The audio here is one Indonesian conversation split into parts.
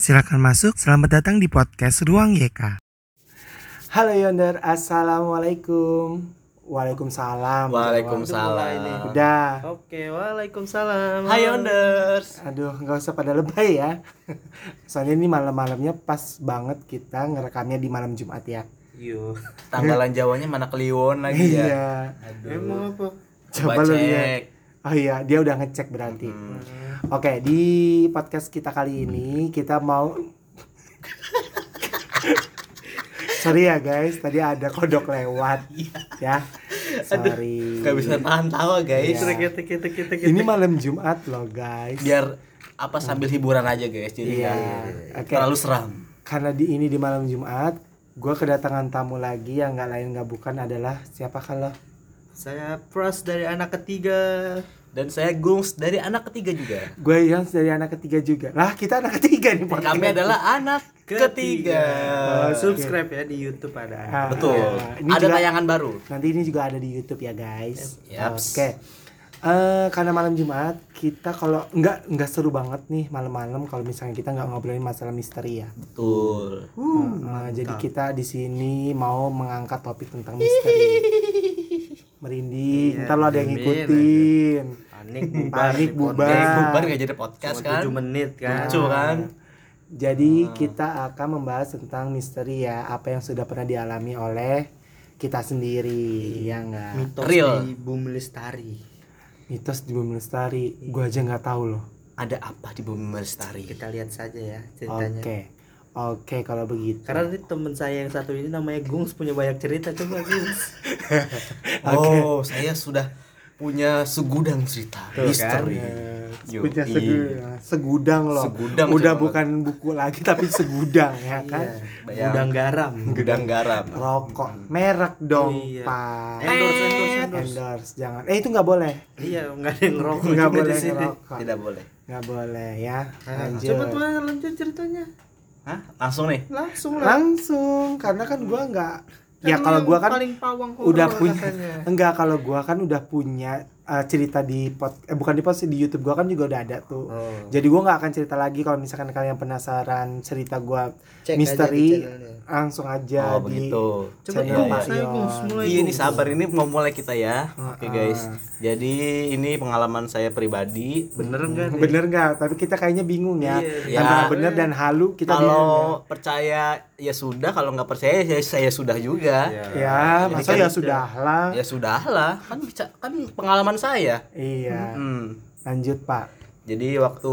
Silakan masuk, selamat datang di podcast Ruang YK. Halo Yonder, assalamualaikum. Waalaikumsalam. Waalaikumsalam. Udah. Oke, waalaikumsalam. Hai Yonders. Aduh, nggak usah pada lebay ya. Soalnya ini malam-malamnya pas banget kita ngerekamnya di malam Jumat ya. Yo. Tanggalan Jawanya mana Kliwon lagi ya. Iya. Aduh. Emang apa? Coba lu lihat. Oh iya, dia udah ngecek berarti. Oke, di podcast kita kali ini kita mau sorry ya guys, tadi ada kodok lewat ya. Sorry. Gak bisa tahan tawa guys. Iya. Kita. Ini malam Jumat loh guys. Biar apa sambil hiburan aja guys. Jadi Iya. nggak Oke. terlalu seram. Karena ini di malam Jumat, gue kedatangan tamu lagi yang nggak lain nggak bukan adalah siapa kalau? Saya Pras dari anak ketiga. Dan saya Gungs dari anak ketiga juga. Gue yang dari anak ketiga juga. Lah kita anak ketiga nih podcast. Kami adalah anak ketiga. Oke. Subscribe ya di YouTube ada. Ah, Betul. iya. Ini Ada juga- tayangan baru. Nanti ini juga ada di YouTube ya guys. Yaps. Oke. Karena malam Jumat kita kalau nggak seru banget nih malam-malam kalau misalnya kita nggak ngobrolin masalah misteri ya. Betul. Jadi kita di sini mau mengangkat topik tentang misteri. Merinding, Iya, ntar lo ada yang merinding ngikutin. Panik bubar. Bubar gak jadi podcast kan? 7 menit kan. Lucu kan? Jadi kita akan membahas tentang misteri ya, apa yang sudah pernah dialami oleh kita sendiri, ya enggak? Mitos Real. di Bumi Lestari. Mitos di Bumi Lestari, gua aja nggak tahu loh. Ada apa di Bumi Lestari? Kita lihat saja ya ceritanya. Oke, kalau begitu. Karena ini teman saya yang satu ini namanya Gungs punya banyak cerita, coba Gungs. Oh, saya sudah punya segudang cerita Tuh, misteri. Punya Yoi. segudang loh. Segudang Udah coba. bukan buku lagi tapi segudang ya kan. Bayang. Gudang garam. Gudang garam. Rokok merek dong, Iya. Pak. Endorse. Endorse, jangan. Itu nggak boleh. Iya, enggak ada yang ngerokok Nggak juga boleh di sini. ngerokok. Tidak boleh. Nggak boleh ya. Nah, Lanjut. coba tuh lanjut ceritanya. Hah? Langsung nih. Langsung lah. Langsung, karena kan gua nggak. Ya kalau gua kan paling pawang udah horor punya. katanya. Enggak, kalau gua kan udah punya cerita di bukan di post, di YouTube gua kan juga udah ada tuh. Oh. Jadi gua nggak akan cerita lagi. Kalau misalkan kalian penasaran cerita gua Cek misteri, aja di channelnya. langsung aja Oh, di begitu. Coba channel Gungs, Pak saya Yon. Gungs, mulai Iya, ini Gungs. sabar, ini mau mulai kita ya. Oke guys. Jadi ini pengalaman saya pribadi. Bener enggak nih? Bener nggak? Tapi kita kayaknya bingung ya. Iya. Antara Ya. bener dan halu kita bingung. Kalau percaya ya sudah, kalau nggak percaya ya saya sudah juga. Ya, Jadi masa kan- ya sudahlah. Ya sudahlah, kan pengalaman saya. Iya. Hmm. Lanjut, Pak. Jadi waktu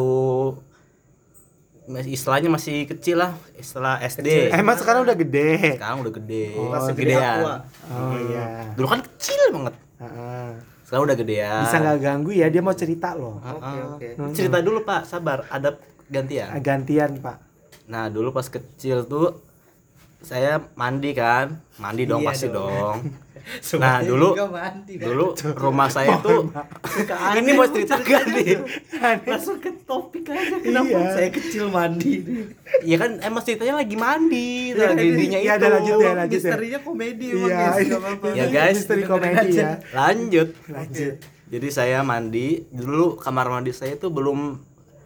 istilahnya masih kecil lah, setelah SD. Emang sekarang udah gede. Sekarang udah gede. Oh, Masih gede gedean. aqua. Oh iya. Dulu kan kecil banget. Heeh. Sekarang udah gedean. Bisa nggak ganggu ya, dia mau cerita loh. Oke. Cerita dulu Pak, sabar, ada gantian. Gantian, Pak. Nah dulu pas kecil tuh saya mandi kan, mandi dong Iya pasti dong. dong. Semuanya Nah dulu juga mandi dah. dulu rumah saya tuh ini mau cerita gak nih? Langsung ke topik aja, kenapa Iya. saya kecil mandi. Iya kan emang ceritanya lagi mandi, Iya, lagi intinya iya, itu. ada lanjut ya, lanjut. Misterinya komedi emang Iya, guys, ini- nggak apa-apa. Ya, guys. Misteri komedi ya. Lanjut. Lanjut. Jadi saya mandi dulu, kamar mandi saya tuh belum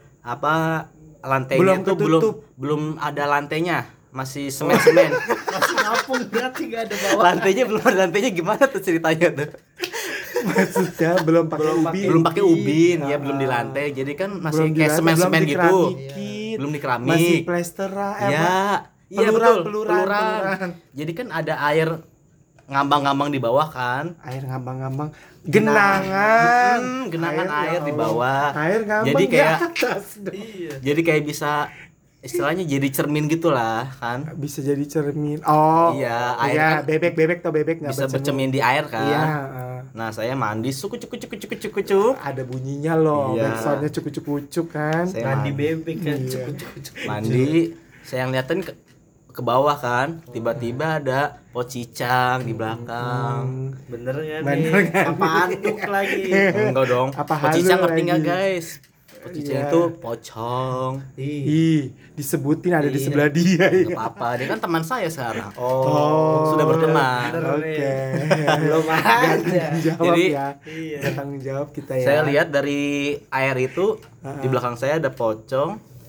apa Belum lantainya tuh belum ketutup. belum ada lantainya, masih semen-semen. Masih ngapung berarti nggak ada bawah. Lantainya belum ada, lantainya gimana tuh ceritanya tuh? Maksudnya belum pakai ubi. Belum pakai ubin ya, Ah. belum dilantai. Jadi kan Belum masih kayak dilantai, semen-semen belum gitu. dikeramikin. Belum Masih dikeramik. plesteran. Ya, iya Peluran, betul, peluran. Jadi kan ada air ngambang-ngambang di bawah kan. Air ngambang-ngambang. Genangan. Genangan ya air di Allah. bawah. Air ngambang Jadi di kayak atas dong. Iya. jadi kayak bisa istilahnya jadi cermin gitulah kan. Bisa jadi cermin. Oh. Iya, air Iya, kan bebek tau bebek nggak bisa bercermin. bercermin di air kan. Iya. Nah, saya mandi suku cuk cuk cuk cuk cuk cuk. Ada bunyinya loh. Iya. Backsoundnya cukup-cukup kan. Saya Mandi bebek kan. Iya. Cuk. Mandi, saya ngeliatin ke bawah kan, tiba-tiba ada pot cicang di belakang. Bener nggak Bener nih? nggak Apa nih? antuk lagi? Enggak dong. Apa Pot cicang halu ngerti nggak lagi? guys? Pot cicang Iya. itu pocong. Ih, disebutin ada di Iya. sebelah dia. Gak apa-apa, dia kan teman saya sekarang. Oh, sudah berteman. Bener Oke. nih. Belum Gak aja. tanggung jawab Jadi- ya. Iya. Gak tanggung jawab kita ya. Saya lihat dari air itu di belakang saya ada pocong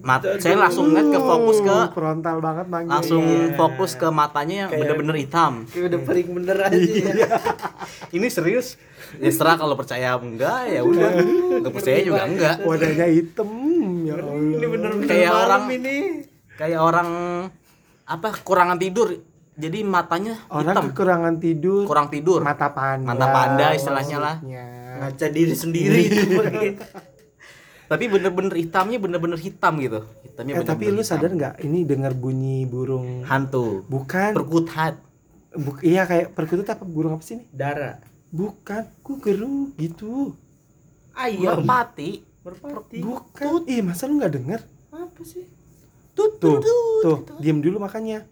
Saya langsung ngeliat ke fokus ke frontal banget manggil. langsung Iya. fokus ke matanya yang Kayak- bener-bener hitam. Kayak udah paling bener aja ya. Ini serius. Ya serah kalau percaya enggak ya udah. Enggak percaya juga enggak. Wadahnya hitam. Ya Allah. Ini bener-bener Kayak malam orang ini. Kayak orang apa kekurangan tidur. Jadi matanya Orang hitam. kekurangan tidur. Kurang tidur. Mata panda. Mata panda istilahnya lah. maksudnya. Ngaca diri sendiri itu pakai. Tapi bener-bener hitamnya bener-bener hitam gitu. Hitamnya Tapi lu sadar nggak? Ini dengar bunyi burung. hantu. Bukan. Perkuthat. Iya kayak perkutut apa burung apa sih ini? Dara. Bukan. Kugeru gitu. Ayam. Merpati. Merpati. Bukan. Ih masa lu nggak denger? Apa sih? Tuh, diem dulu makanya.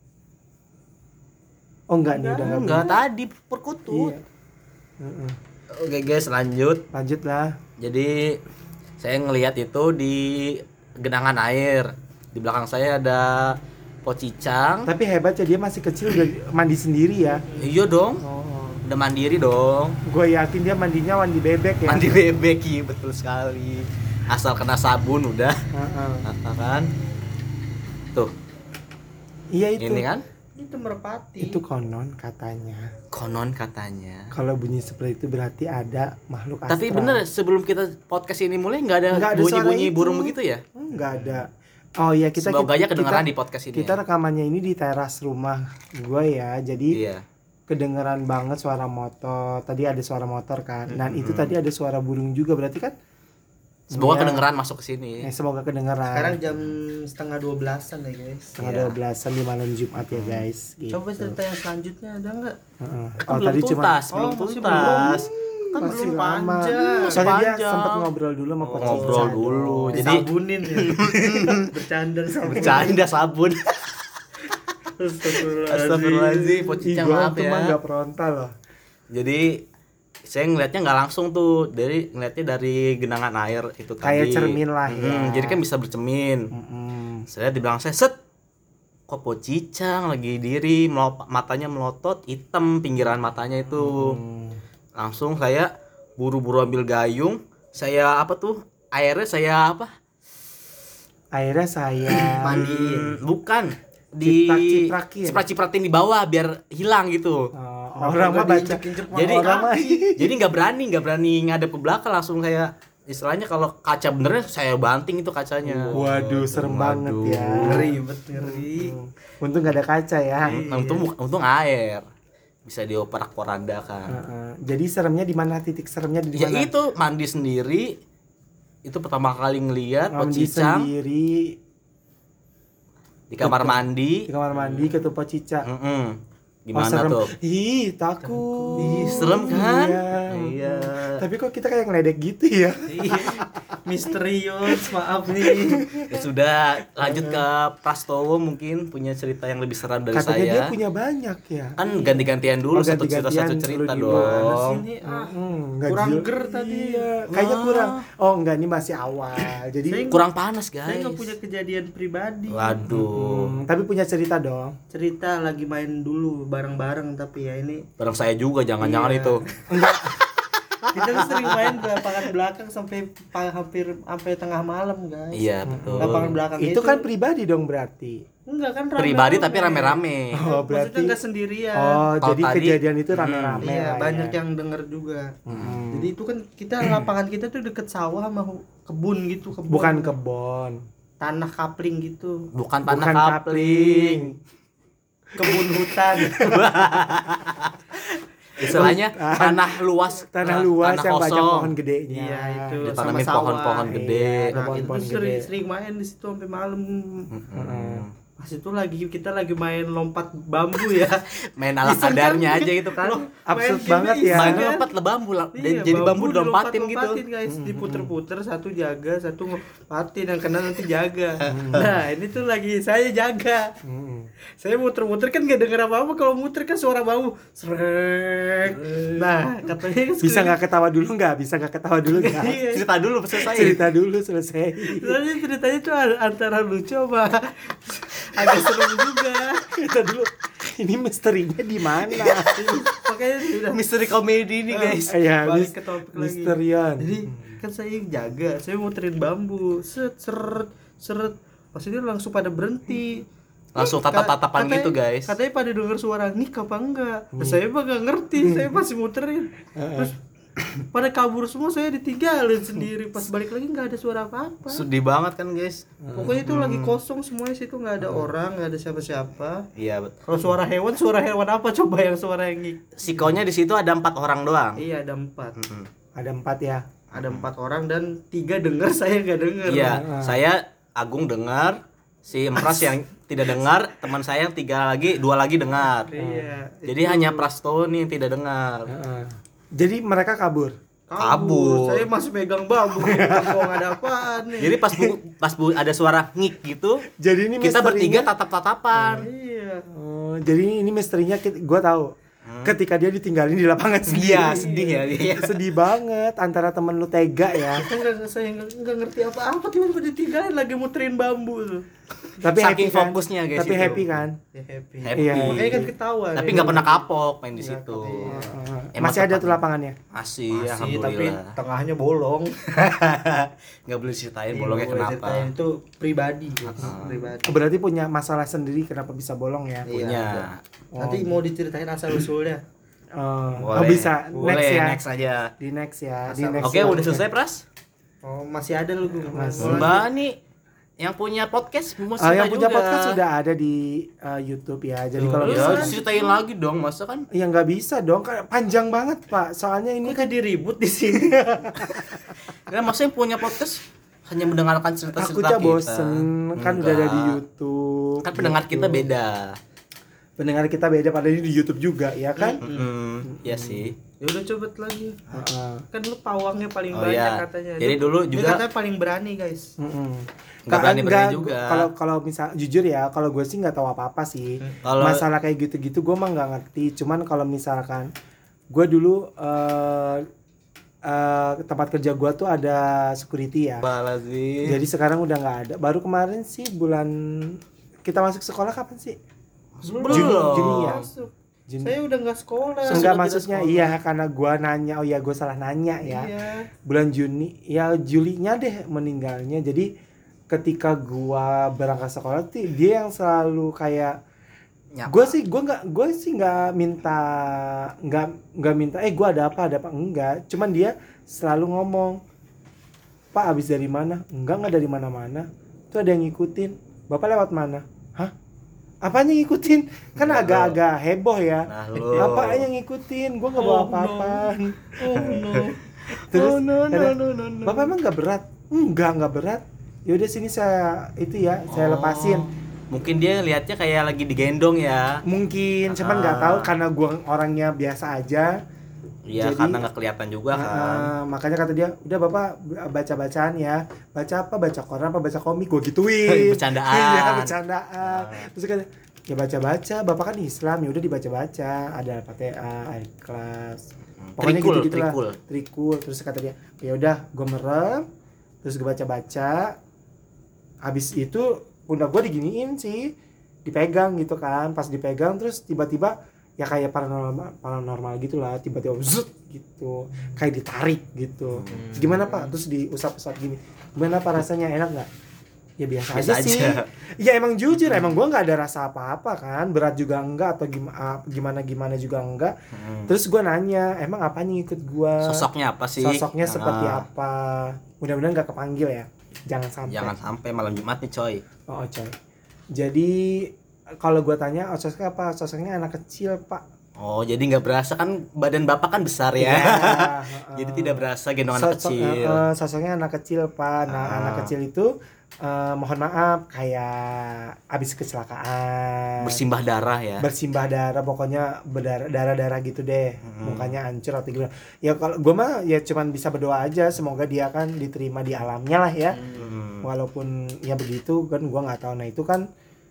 Oh enggak nih udah Enggak tadi perkutut. Iya. Heeh. Oke guys, lanjut. Lanjut lah. Jadi saya ngelihat itu di genangan air. Di belakang saya ada pocicang. Tapi hebat ya dia masih kecil udah mandi sendiri ya. Iya dong. Oh. Udah mandiri dong. Gue yakin dia mandinya mandi bebek ya. Mandi bebek iya betul sekali. Asal kena sabun udah. Heeh. Kan? Tuh, Iya itu. ini kan Itu merpati. Itu konon katanya. konon katanya. Kalau bunyi seperti itu berarti ada makhluk astral. Tapi bener sebelum kita podcast ini mulai nggak ada Nggak ada suara bunyi-bunyi itu. burung begitu ya? Enggak ada. Oh iya kita Semoga aja kedengeran kita, di podcast ini. kita ya. rekamannya ini di teras rumah gue ya. Jadi Iya. kedengeran banget suara motor. Tadi ada suara motor kan. Dan itu tadi ada suara burung juga berarti kan. Semoga Iya. kedengeran masuk ke sini. Semoga kedengeran. Sekarang jam 11:30 ya guys. setengah Iya. 12-an di malam Jumat ya guys. Gitu. Coba cerita yang selanjutnya ada nggak? Heeh. Kan Oh belum tadi cuma tuntas, belum masih tuntas. Kan masih belum lama. panjang. Soalnya dia Panjang. sempat ngobrol dulu sama Coach Ngobrol Ica. dulu. Jadi Sabunin ya. Bercanda sama. bercanda sabun. Astagfirullahaladzim. Astagfirullahaladzim, Ih, pocicang gua maaf tuh mah ya. nggak frontal loh. Jadi saya ngelihatnya nggak langsung tuh, ngelihatnya dari genangan air itu tadi. Kayak cermin lah ya. Jadi kan bisa bercermin. Saya di belakang saya set. Kok pocicang lagi diri, matanya melotot, hitam pinggiran matanya itu. Langsung saya buru-buru ambil gayung. Saya apa tuh? Airnya saya apa? Akhirnya saya Mandiin. Bukan di Ciprak-ciprakin. ciprat-cipratin di bawah biar hilang gitu. orang mah baca. Jadi orang mah jadi nggak berani ngadep ke belakang, langsung kayak istilahnya kalau kaca benernya saya banting itu kacanya. waduh serem banget ya. Ngeri, ngeri. Untung nggak ada kaca ya. Untung air bisa dioperak-porandakan. Jadi seremnya di mana, titik seremnya di Ya mana? itu mandi sendiri. Itu pertama kali ngeliat Mandi pocicang sendiri di kamar mandi. di kamar mandi ketemu Pocica. Gimana serem. tuh? Ih, takut. Ih, serem kan? Iya. Iya. Tapi kok kita kayak ngeledek gitu ya? Misterius, maaf nih. Ya sudah, lanjut ke Prastowo mungkin punya cerita yang lebih seram dari Katanya dia saya. punya banyak ya. Kan ganti-gantian dulu, Oh, satu cerita ganti-gantian, lu di dong. mana Sini Nggak kurang jelas. ger tadi. Iya, kayaknya kurang. Oh, enggak, ini masih awal. Jadi Kurang panas Saya guys. nggak punya kejadian pribadi. Waduh, tapi punya cerita dong. Cerita lagi main dulu bareng-bareng tapi ya ini bareng saya juga, jangan-jangan Iya. itu. kita tuh sering main di lapangan belakang sampai hampir sampai tengah malam guys. Iya betul. Lapangan belakang Itu kan pribadi dong berarti. enggak kan rame-rame. Pribadi tapi rame-rame. Oh, Maksudnya berarti enggak sendirian. Oh, Kalau jadi tadi- kejadian itu rame-rame Iya, lah banyak ya. yang denger juga. Jadi itu kan kita lapangan kita tuh deket sawah sama kebun gitu, kebun. Bukan kebon. Tanah kapling gitu. Bukan tanah Bukan kapling. Kebun hutan. Istilahnya tanah luas, Tanah luas yang banyak kosong. pohon gedenya. Iya, itu. Ditanamin sama sawah. pohon-pohon gede. Iya. Nah, Pohon-pohon itu gede. sering main di situ sampai malam. Mm-mm. Pas itu kita lagi main lompat bambu ya. Main ala Iseng kadarnya kan? aja gitu kan. Absurd Main banget game ya. Main iseng. lompat lah bambu lah. Iya, Jadi bambu dilompatin gitu. dilompat-lompatin, guys, diputer-puter, satu jaga, satu ngopatin, yang kena nanti jaga. Nah, ini tuh lagi saya jaga. Saya muter-muter kan gak denger apa-apa, kalau muter kan suara bambu. Srek. Nah, katanya Bisa nggak ketawa dulu nggak? Bisa nggak ketawa dulu nggak? Iya. Cerita dulu selesai. Cerita dulu selesai. Soalnya ceritanya tuh antara lucu sama agak serem juga. Kita dulu. Ini misterinya di mana? Makanya udah Misteri komedi ini guys. Ya, balik ke topik lagi. misterian. Jadi kan saya jaga, saya muterin bambu, set seret. Pas itu langsung pada berhenti. Langsung tatap-tatapan Katanya- gitu guys. Katanya pada denger suara ngik apa enggak. Nah, saya mah gak ngerti, saya masih muterin. Terus pada kabur semua, saya ditinggalin sendiri. Pas balik lagi nggak ada suara apa-apa. Sedih banget kan guys. Pokoknya itu lagi kosong semuanya, situ nggak ada orang, nggak ada siapa-siapa. Iya betul. Kalau suara hewan apa coba yang suara yang ngik? Sikonya di situ ada 4 orang doang. Iya, ada 4. Ada 4 ya. Ada 4 orang dan 3 denger, saya nggak denger. Iya, saya Agung dengar, si Empras yang tidak dengar, teman saya yang 2 lagi dengar. Iya. Jadi hanya Prasto nih yang tidak dengar. Jadi mereka kabur. Kabur. Saya masih megang bambu. Kok ada apaan nih? Jadi pas ada suara ngik gitu, Jadi ini kita bertiga misterinya- tatap-tatapan. Iya. Oh, jadi ini misterinya gue tahu. Ketika dia ditinggalin di lapangan sendiri. Iya, sedih ya dia. Sedih banget antara temen lu tega ya. Saya nggak ngerti apa-apa, tiba-tiba ditinggalin lagi muterin bambu tuh. Tapi Saking happy kan? fokusnya, guys, Tapi itu. happy kan? Ya happy. Happy. Iya. Makanya kan ketawa. Tapi ya. nggak pernah kapok main di situ. Emang Masih ada tempat- tuh lapangannya. Masih, Masih, tapi alhamdulillah. tengahnya bolong. Nggak boleh ceritain Iya, bolongnya boleh kenapa. ceritain, itu pribadi, guys. Pribadi. Berarti punya masalah sendiri kenapa bisa bolong ya? Iya. Punya. Nanti mau diceritain asal usulnya. Oh bisa. Boleh, Next ya. next aja. Di next ya. Di Asal- next Oke, ya. udah selesai, Pras? Oh, masih ada lu. Mbak nih yang punya podcast mau Yang punya juga. podcast sudah ada di YouTube ya. Jadi kalau Ya, misalnya ceritain lagi dong, masa kan ya nggak bisa dong, kan panjang banget Pak. Soalnya ini Kok jadi ribut di sini? kan masa yang punya podcast hanya mendengarkan cerita-cerita takutnya kita. bosen kan udah ada di Enggak. YouTube. Kan pendengar gitu. kita beda. Pendengar kita beda, padahal ini di YouTube juga ya kan? Iya sih. Ya udah coba lagi. Heeh. Kan lu pawangnya paling Oh, banyak iya. katanya. Jadi dulu Dia juga- katanya paling berani, guys. Nggak berani-berani juga. Kalau misal jujur ya, kalau gue sih nggak tahu apa-apa sih. Kalau- Masalah kayak gitu-gitu gue mah nggak ngerti. Cuman kalau misalkan gue dulu tempat kerja gue tuh ada security ya. Balazim. Jadi sekarang udah nggak ada. Baru kemarin sih bulan kita masuk sekolah kapan sih? Belum. Juni ya. Masuk. Juni. Saya udah nggak sekolah. Enggak, tidak maksudnya sekolah. iya karena gua nanya. Oh iya, gua salah nanya ya. Iya. Bulan Juni ya, Julinya deh meninggalnya. Jadi ketika gua berangkat sekolah tuh dia yang selalu kayak Nyapa. gue sih nggak minta gua ada apa enggak, cuman dia selalu ngomong, Pak abis dari mana? Enggak dari mana-mana, tuh ada yang ngikutin. Bapak lewat mana? Hah? Apanya ngikutin? Kan Nah, agak-agak heboh ya. Nah, lu. Apanya ngikutin? Gua nggak bawa Oh, apa-apa. Oh no. Terus Oh, no, kata, no, no, no. Bapak emang nggak berat? Nggak berat. Yaudah sini saya saya lepasin. Mungkin dia lihatnya kayak lagi digendong ya. Mungkin, cuman nggak tahu karena gua orangnya biasa aja. Iya, Jadi- karena nggak kelihatan juga kan. Makanya kata dia, udah Bapak baca-bacaan ya. Baca apa? Baca koran apa baca komik? Gua gituin. Bercandaan. Iya, bercandaan. Terus kata, ya baca-baca. Bapak kan Islam, ya udah dibaca-baca. Ada Al-Fatihah, Al-Ikhlas. Pokoknya Trikul, gitu-gitulah. trikul. Trikul. Terus kata dia, ya udah, gua merem. Terus gua baca-baca. Habis itu pundak gua diginiin sih. Dipegang gitu kan. Pas dipegang terus tiba-tiba ya kayak paranormal gitulah, tiba-tiba zut gitu, kayak ditarik gitu. Gimana Pak? Terus diusap-usap gini. Gimana Pak rasanya, enak nggak? Ya biasa Biasa aja sih. aja. Ya emang jujur, emang gua nggak ada rasa apa-apa kan, berat juga enggak atau gimana juga enggak. Terus gua nanya, emang apanya ngikut gua? Sosoknya apa sih? Sosoknya seperti Ah, apa? Mudah-mudahan nggak kepanggil ya. Jangan sampai. Jangan sampai malam Jumat nih, coy. Oh coy. Jadi kalau gua tanya, oh, sosoknya apa? Sosoknya anak kecil Pak. Oh, jadi nggak berasa kan badan Bapak kan besar ya. Iya, Jadi tidak berasa gendong anak kecil. Sosoknya anak kecil Pak. Nah anak kecil itu mohon maaf kayak abis kecelakaan, Bersimbah darah ya. bersimbah darah, pokoknya darah gitu deh. Mukanya hancur atau gimana. Ya kalau gue mah ya cuman bisa berdoa aja, semoga dia kan diterima di alamnya lah ya. Walaupun ya begitu kan gue nggak tahu. Nah itu kan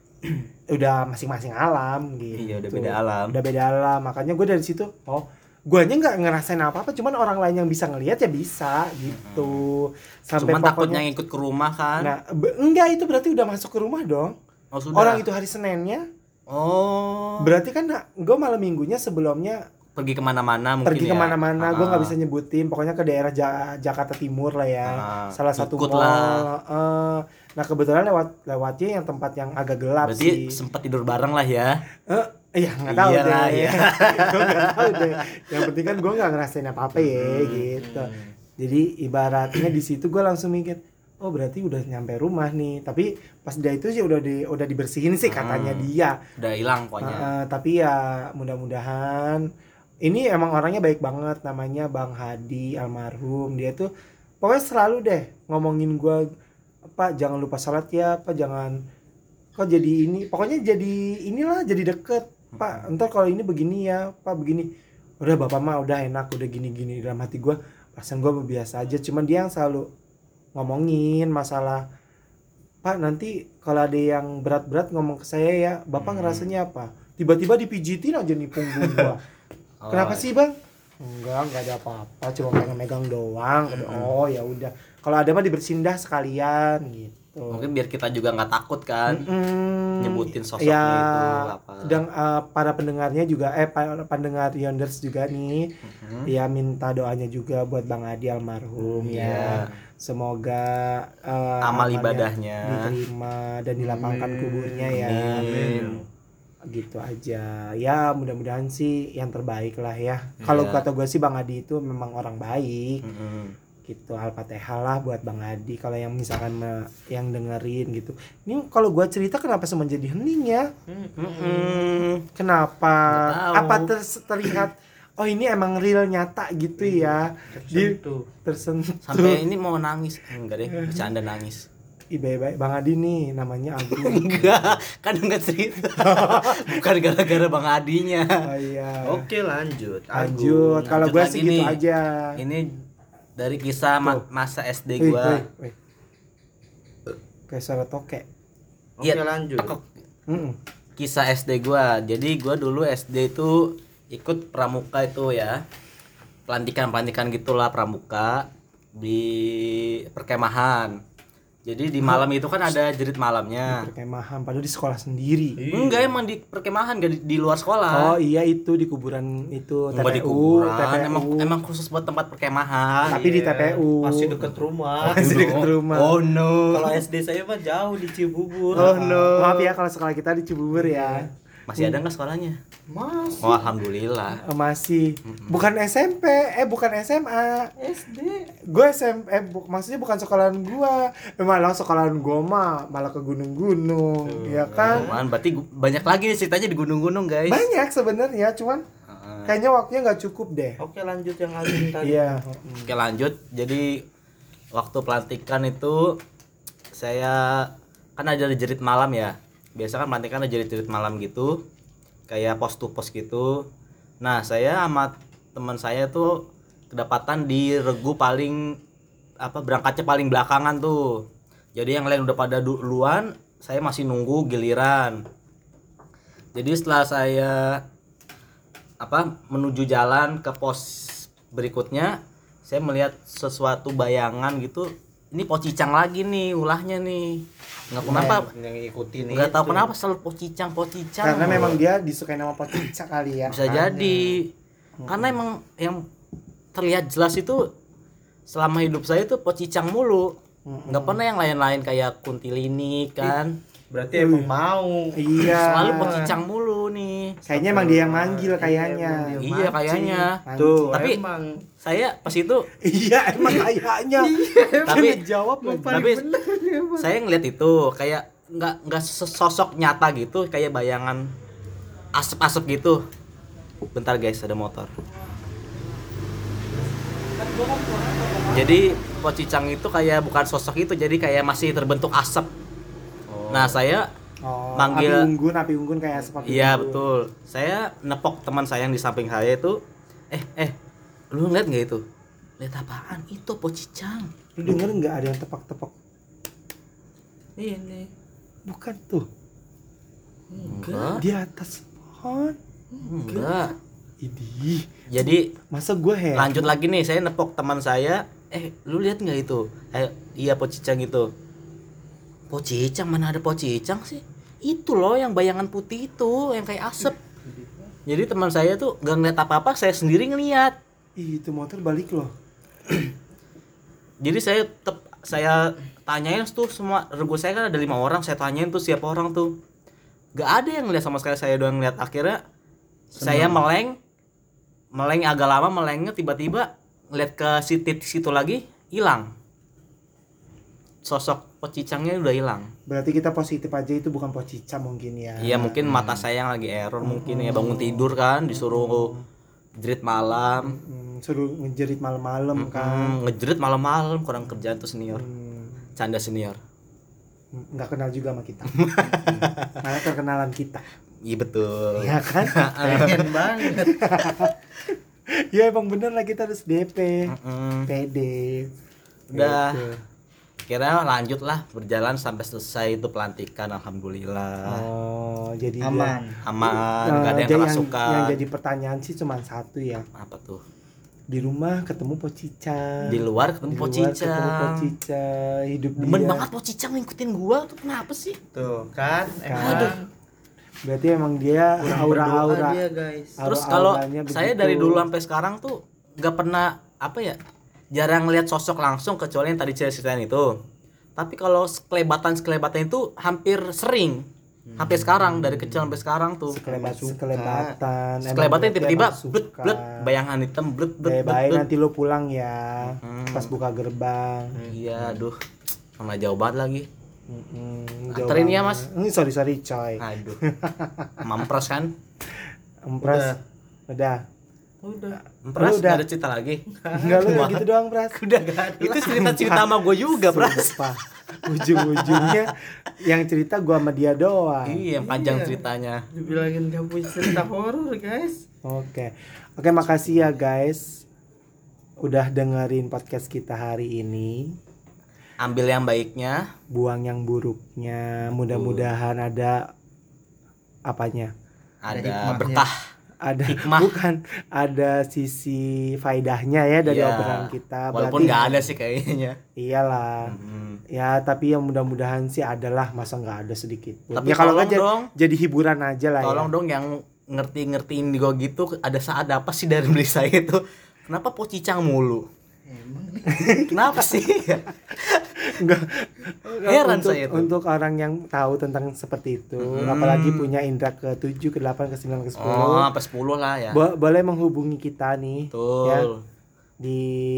udah masing-masing alam gitu. Iya, udah beda alam. Udah beda alam. Makanya gue dari situ, guanya nggak ngerasain apa-apa, cuman orang lain yang bisa ngelihat ya bisa gitu. Sampai Cuman pokoknya, takutnya ngikut ke rumah kan. nah enggak, itu berarti udah masuk ke rumah dong. Oh, sudah. Orang itu hari Seninnya, Oh, berarti kan gue malam minggunya sebelumnya pergi kemana-mana mungkin pergi ya. kemana-mana. Gue nggak bisa nyebutin, pokoknya ke daerah Jakarta Timur lah ya. Salah satu ikut mall. lah. Nah kebetulan lewatnya yang tempat yang agak gelap Berarti sih. sempat tidur bareng lah ya. Iya nggak tahu Iya deh. lah, iya. Gue nggak tahu deh. Yang penting kan gue nggak ngerasain apa-apa ya gitu. Jadi ibaratnya di situ gue langsung mikir, oh berarti udah nyampe rumah nih. Tapi pas dia itu sih udah dibersihin sih katanya dia. Udah hilang pokoknya. Tapi ya mudah-mudahan ini emang orangnya baik banget, namanya Bang Hadi almarhum. Dia tuh pokoknya selalu deh ngomongin gue, Pak jangan lupa salat ya, Pak jangan kok jadi ini, pokoknya jadi inilah, jadi deket Pak, ntar kalau ini begini ya Pak, begini. Udah bapak mah udah enak, udah gini-gini. Dalam hati gue perasaan gue biasa aja, cuman dia yang selalu ngomongin masalah, Pak nanti kalau ada yang berat-berat ngomong ke saya ya, bapak ngerasanya apa? Tiba-tiba dipijitin aja nih punggung gue. Kenapa sih bang? Enggak ada apa-apa, cuma pengen megang doang. Oh ya udah, kalau ada mah dibersihin dah sekalian gitu. Mungkin biar kita juga nggak takut kan nyebutin sosoknya ya, itu apa. Dan para pendengarnya juga para pendengar Yonders juga nih, ya minta doanya juga buat Bang Adi almarhum ya. Semoga amal amalnya ibadahnya diterima dan dilapangkan kuburnya ya. Amin. Gitu aja ya, mudah-mudahan sih yang terbaik lah ya. Kalau kata gue sih Bang Adi itu memang orang baik. Gitu, Al-Fatihah lah buat Bang Adi kalau yang misalkan yang dengerin gitu. Ini kalau gue cerita kenapa semua jadi hening ya? Kenapa? Apa terlihat oh ini emang real nyata gitu ya? Tersentuh. Sampai ini mau nangis. Enggak deh, bercanda nangis. Baik Bang Adi nih namanya Agung. Enggak, kan enggak cerita. Bukan gara-gara Bang Adinya. Oh iya. Oke lanjut. Kalau gue sih gitu aja. Ini dari kisah masa SD gua. Kayak suara toke. Oke lanjut. Kisah SD gua. Jadi gua dulu SD itu ikut pramuka itu ya. Pelantikan gitulah pramuka di perkemahan. Jadi di malam itu kan ada jerit malamnya. Di perkemahan, padahal di sekolah sendiri. Enggak, emang di perkemahan, enggak di luar sekolah. Oh iya, itu di kuburan itu Enggak di TPU, kuburan. Emang khusus buat tempat perkemahan. Tapi di TPU. Masih deket rumah. Masih deket rumah. Oh no. Kalau SD saya mah jauh di Cibubur. Oh no. Maaf ya kalau sekolah kita di Cibubur ya. Masih ada enggak sekolahnya? Masih. Oh alhamdulillah. Masih. Bukan SMP, bukan SMA. SD. Gue SMP, maksudnya bukan sekolahan gua. Malah sekolahan gua mah malah ke gunung-gunung, ya kan? Berarti banyak lagi nih ceritanya di gunung-gunung, guys. Banyak sebenarnya, cuman kayaknya waktunya nggak cukup deh. Oke lanjut yang Alvin tadi. Iya. Oke lanjut. Jadi waktu pelantikan itu saya kan ada jerit malam ya. Biasa kan pelantikan ada jerit malam gitu. Kayak pos to pos gitu. Nah, saya sama teman saya tuh kedapatan di regu paling berangkatnya paling belakangan tuh. Jadi yang lain udah pada duluan, saya masih nunggu giliran. Jadi setelah saya menuju jalan ke pos berikutnya, saya melihat sesuatu bayangan gitu. Ini pocicang lagi nih ulahnya nih. Nggak kenapa yang ngikutin nggak tahu kenapa selalu pocicang. Karena memang dia disukai nama pocicang kali ya. Bisa jadi. Karena emang yang terlihat jelas itu selama hidup saya itu pocicang mulu. Nggak pernah yang lain-lain kayak kuntilanik kan. Berarti emang mau. Iya. Selalu pocicang mulu nih. Kayaknya emang dia yang manggil kayaknya. Iya kayaknya. Tuh, Tapi emang saya pas itu iya emang kayaknya. tapi jawab tapi saya ngeliat itu kayak nggak sosok nyata gitu, kayak bayangan asap-asap gitu. Bentar guys, ada motor. Jadi pocicang itu kayak bukan sosok itu, jadi kayak masih terbentuk asap. Nah saya manggil api unggun kayak seperti iya itu. betul. Saya nepok teman saya yang di samping saya itu, lu ngeliat nggak itu? Lihat apaan? Itu pocicang. Lu denger nggak ada yang tepak-tepak? ini. Bukan tuh. Enggak. Di atas pohon. Enggak. Idih. Jadi Masa gue heran? lanjut lagi nih, saya nepok teman saya. Lu lihat nggak itu? Iya pocicang itu. Pocicang, mana ada pocicang sih? Itu loh yang bayangan putih itu, yang kayak asap. Jadi teman saya tuh nggak ngeliat apa-apa, saya sendiri ngeliat. Ih, itu motor balik loh. Jadi saya tanyain tuh semua regu saya kan ada 5 orang, saya tanyain tuh siapa orang tuh. Gak ada yang ngeliat sama sekali, saya doang ngeliat. Akhirnya saya meleng agak lama, melengnya tiba-tiba ngeliat ke situ lagi hilang. Sosok pocicangnya udah hilang. Berarti kita positif aja itu bukan pocica mungkin ya. Iya mungkin mata saya yang lagi error mungkin ya, bangun tidur kan disuruh jerit malam. Suruh ngejerit malam-malam kan. Ngejerit malam-malam, kurang kerjaan tuh senior. Canda senior. Nggak kenal juga sama kita. Malah terkenalan kita. Iya betul. Iya kan? Pengen banget. Ya emang bener lah, kita harus DP. PD. Udah. Gitu. Kira lanjut lah, berjalan sampai selesai itu pelantikan, alhamdulillah. Oh, jadi Aman. Aman, nggak ada yang jadi kerasukan. yang jadi pertanyaan sih cuma satu ya. Apa tuh? Di rumah ketemu pocicang. Di luar ketemu Di luar ketemu pocicang. pocicang. Hidup Demen dia. banget pocicang ngikutin gua tuh, kenapa sih? Tuh kan. Kan. Berarti emang dia aura-aura. Dia guys. Terus kalau Aura-auranya saya begitu. dari dulu sampai sekarang tuh nggak pernah apa ya, jarang lihat sosok langsung kecuali yang tadi saya ceritain itu. Tapi kalau sekelebatan itu hampir sering. Hampir sekarang, dari kecil sampai sekarang tuh. Sekelebatan. Sekelebatan Emang tiba-tiba berarti emang blet suka. blet bayangan hitam blet blet Bye-bye, blet. nanti lo pulang ya. Pas buka gerbang. Iya, aduh. Sama jauh banget lagi. Jauh Anterin ya, banget. Mas. Sorry coy. Aduh. Mampres kan? Empres. Udah. Mampres Udah. nggak ada cerita lagi. Enggak, lu udah gitu doang, Pras. Udah gak ada. Itu cerita sama gue juga, Pras. Sumpah. Ujung-ujungnya yang cerita gua sama dia doang. Iya, yang panjang ceritanya. Dibilangin gak punya cerita horor guys. Oke, makasih ya guys udah dengerin podcast kita hari ini. Ambil yang baiknya, Buang yang buruknya. Mudah-mudahan ada apanya? ada hikmahnya. berkah. Ada Hikmah. bukan, ada sisi faedahnya ya dari Iya. obrolan kita. Walaupun Berarti nggak ada sih kayaknya. iyalah. Hmm. Ya tapi yang mudah-mudahan sih adalah, masa nggak ada sedikit pun. Tapi Ya kalau tolong nggak dong. jadi hiburan aja lah Tolong ya. dong yang ngertiin gue gitu, ada apa sih dari beli saya itu? Kenapa pocicang mulu? Kenapa sih? Enggak. Heran untuk, saya tuh. untuk orang yang tahu tentang seperti itu, apalagi punya indera ke-7, ke-8, ke-9, ke-10. Oh, sampai 10 lah ya. Boleh menghubungi kita nih. Betul. Ya, di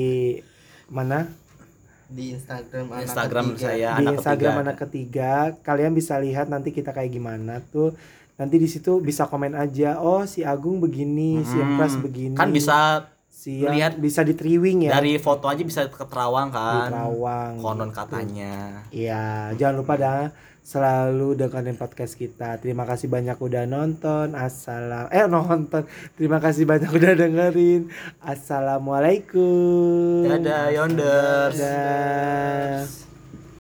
mana? Di Instagram anak Instagram ketiga. saya Di anak Instagram ketiga. anak ketiga. Kalian bisa lihat nanti kita kayak gimana tuh. Nanti di situ bisa komen aja. Oh, si Agung begini, si Empras begini. Kan bisa si yang lihat bisa di Triwing ya. dari foto aja bisa ke Terawang Di kan. Terawang. Konon katanya. Iya, jangan lupa dah selalu dengerin podcast kita. Terima kasih banyak udah nonton. Nonton. Terima kasih banyak udah dengerin. Assalamualaikum. Dadah yonder. Dadah.